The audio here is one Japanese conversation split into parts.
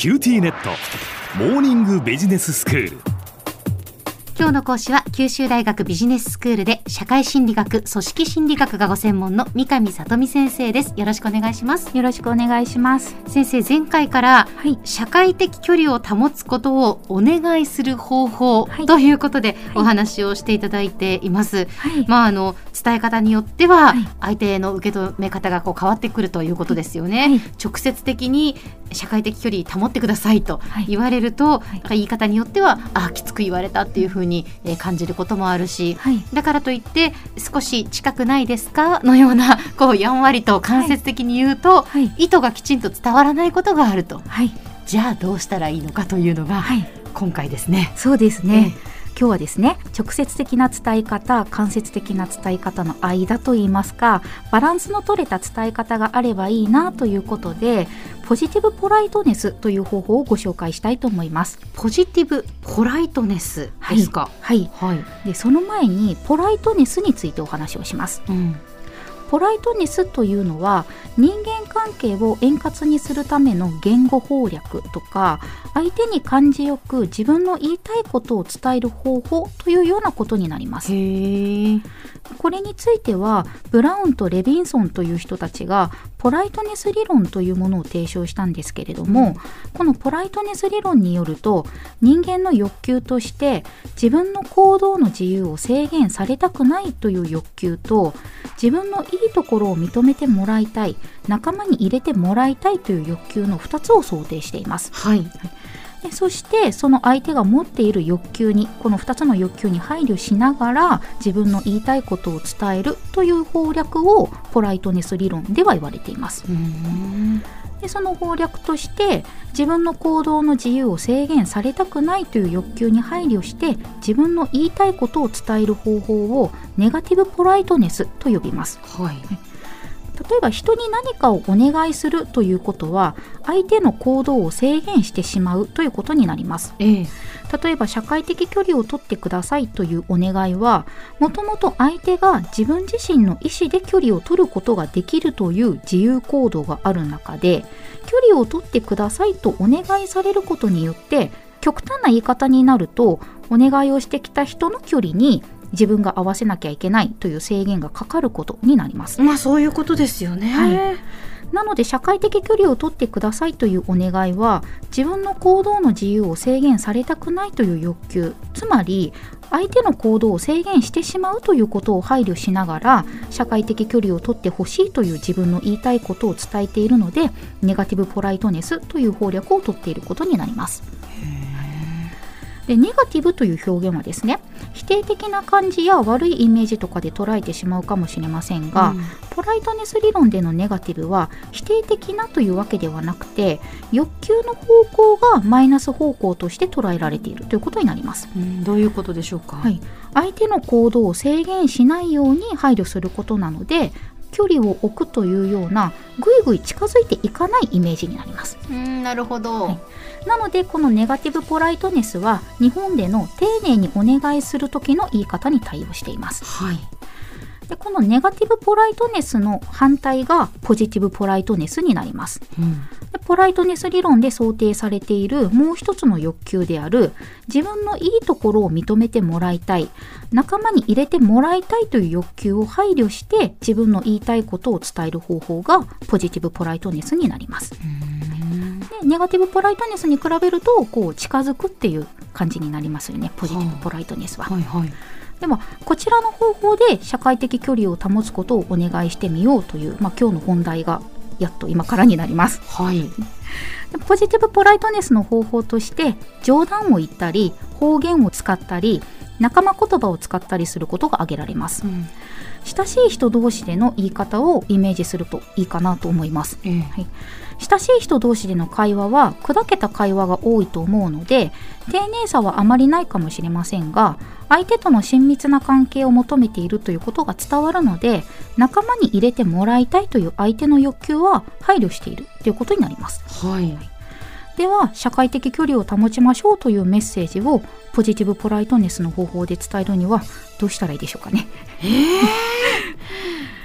キューティーネットモーニングビジネススクール。 今日の講師は九州大学ビジネススクールで社会心理学、組織心理学がご専門の三上里美先生です。よろしくお願いします。 よろしくお願いします。 先生、前回から、社会的距離を保つことをお願いする方法、ということでお話をしていただいています。伝え方によっては、相手の受け止め方が変わってくるということですよね。直接的に社会的距離保ってくださいと言われると、言い方によってはきつく言われたっていうふうに感じることもあるし、だからといって少し近くないですかのようなやんわりと間接的に言うと、意図がきちんと伝わらないことがあると、じゃあどうしたらいいのかというのが、今回ですね。 そうですね、今日はですね、直接的な伝え方、間接的な伝え方の間といいますか、バランスの取れた伝え方があればいいなということで、ポジティブポライトネスという方法をご紹介したいと思います。 ポジティブポライトネスですか。 で、その前にポライトネスについてお話をします。ポライトネスというのは、人間関係を円滑にするための言語攻略とか、相手に感じよく自分の言いたいことを伝える方法というようなことになります。これについてはブラウンとレビンソンという人たちがポライトネス理論というものを提唱したんですけれども、このポライトネス理論によると、人間の欲求として自分の行動の自由を制限されたくないという欲求と、自分のいいところを認めてもらいたい、仲間に入れてもらいたいという欲求の2つを想定しています。で、そしてその相手が持っている欲求に、この2つの欲求に配慮しながら自分の言いたいことを伝えるという方略をポライトネス理論では言われています。で、その方略として、自分の行動の自由を制限されたくないという欲求に配慮して自分の言いたいことを伝える方法をネガティブポライトネスと呼びます。例えば人に何かをお願いするということは、相手の行動を制限してしまうということになります。例えば社会的距離を取ってくださいというお願いは、もともと相手が自分自身の意思で距離を取ることができるという自由行動がある中で、距離を取ってくださいとお願いされることによって、極端な言い方になると、お願いをしてきた人の距離に自分が合わせなきゃいけないという制限がかかることになります。 そういうことですよね。 なので社会的距離を取ってくださいというお願いは、自分の行動の自由を制限されたくないという欲求、つまり相手の行動を制限してしまうということを配慮しながら、社会的距離を取ってほしいという自分の言いたいことを伝えているので、ネガティブポライトネスという方略を取っていることになります。で、ネガティブという表現はですね、否定的な感じや悪いイメージとかで捉えてしまうかもしれませんが、ポライトネス理論でのネガティブは否定的なというわけではなくて、欲求の方向がマイナス方向として捉えられているということになります。 どういうことでしょうか。 相手の行動を制限しないように配慮することなので、距離を置くというようなぐいぐい近づいていかないイメージになります。 なるほど。 なのでこのネガティブポライトネスは、日本での丁寧にお願いする時の言い方に対応しています。で、このネガティブポライトネスの反対がポジティブポライトネスになります。で、ポライトネス理論で想定されているもう一つの欲求である、自分のいいところを認めてもらいたい、仲間に入れてもらいたいという欲求を配慮して自分の言いたいことを伝える方法がポジティブポライトネスになります。で、ネガティブポライトネスに比べると近づくっていう感じになりますよね、ポジティブポライトネスは。でもこちらの方法で社会的距離を保つことをお願いしてみようという、今日の本題がやっと今からになります。ポジティブポライトネスの方法として、冗談を言ったり方言を使ったり仲間言葉を使ったりすることが挙げられます。親しい人同士での言い方をイメージするといいかなと思います。親しい人同士での会話は砕けた会話が多いと思うので、丁寧さはあまりないかもしれませんが、相手との親密な関係を求めているということが伝わるので、仲間に入れてもらいたいという相手の欲求は配慮しているということになります。では社会的距離を保ちましょうというメッセージをポジティブポライトネスの方法で伝えるにはどうしたらいいでしょうかね。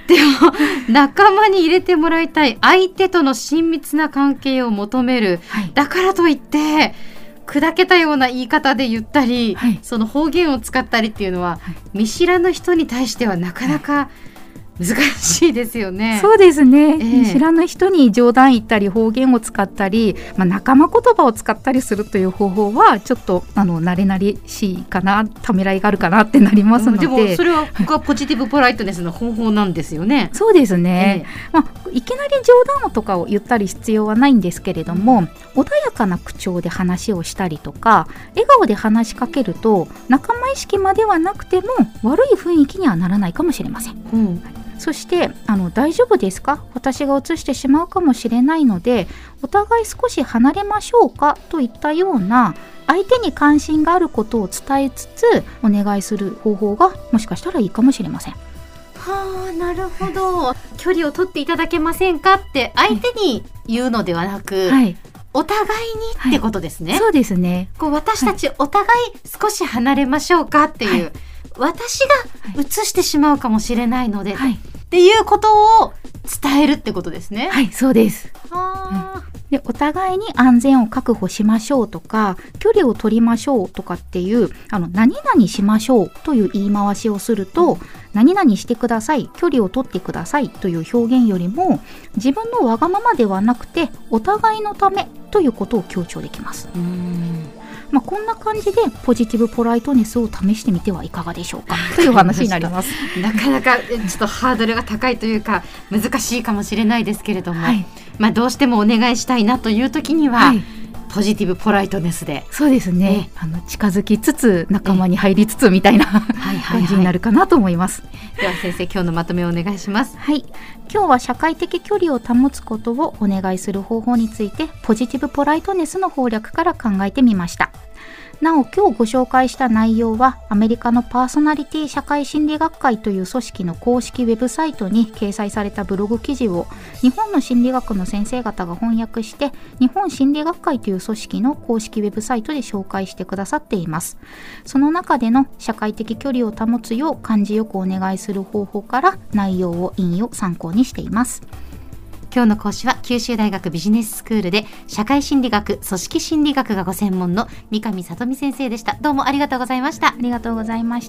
でも仲間に入れてもらいたい、相手との親密な関係を求める、だからといって砕けたような言い方で言ったり、その方言を使ったりっていうのは、見知らぬ人に対してはなかなか難しいですよね。 そうですね、見知らぬ人に冗談言ったり方言を使ったり、仲間言葉を使ったりするという方法はちょっと慣れなりしいかな、ためらいがあるかなってなりますので、 でもそれはポジティブポライトネスの方法なんですよね。 そうですね、いきなり冗談とかを言ったり必要はないんですけれども、穏やかな口調で話をしたりとか笑顔で話しかけると、仲間意識まではなくても悪い雰囲気にはならないかもしれません。そして大丈夫ですか、私が移してしまうかもしれないのでお互い少し離れましょうかといったような、相手に関心があることを伝えつつお願いする方法がもしかしたらいいかもしれません。 はあ、なるほど。距離を取っていただけませんかって相手に言うのではなく、お互いにってことですね。 そうですね。 私たちお互い少し離れましょうかっていう、私が移してしまうかもしれないので、っていうことを伝えるってことですね。 そうです。でお互いに安全を確保しましょうとか、距離を取りましょうとかっていう何々しましょうという言い回しをすると、何々してください、距離を取ってくださいという表現よりも、自分のわがままではなくてお互いのためということを強調できます。こんな感じでポジティブポライトネスを試してみてはいかがでしょうかという話になります。 なかなかちょっとハードルが高いというか難しいかもしれないですけれども、どうしてもお願いしたいなという時には、ポジティブポライトネスで、そうですね、近づきつつ仲間に入りつつみたいな感じになるかなと思います。 では先生、今日のまとめをお願いします。 今日は社会的距離を保つことをお願いする方法について、ポジティブポライトネスの攻略から考えてみました。なお今日ご紹介した内容はアメリカのパーソナリティ社会心理学会という組織の公式ウェブサイトに掲載されたブログ記事を日本の心理学の先生方が翻訳して日本心理学会という組織の公式ウェブサイトで紹介してくださっています。その中での社会的距離を保つよう感じよくお願いする方法から内容を引用参考にしています。 今日の講師は九州大学ビジネススクールで社会心理学、組織心理学がご専門の三上里美先生でした。どうもありがとうございました。 ありがとうございました。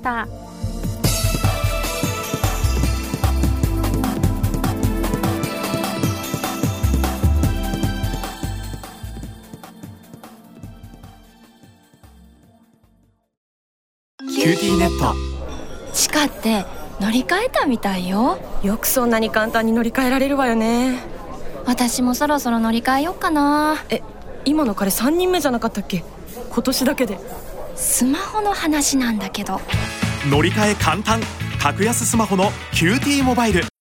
キューティーネット。 地下って乗り換えたみたいよ。 よくそんなに簡単に乗り換えられるわよね。 私もそろそろ乗り換えよっかな。 今の彼3人目じゃなかったっけ？今年だけで。 スマホの話なんだけど。 乗り換え簡単、格安スマホのキューティーモバイル。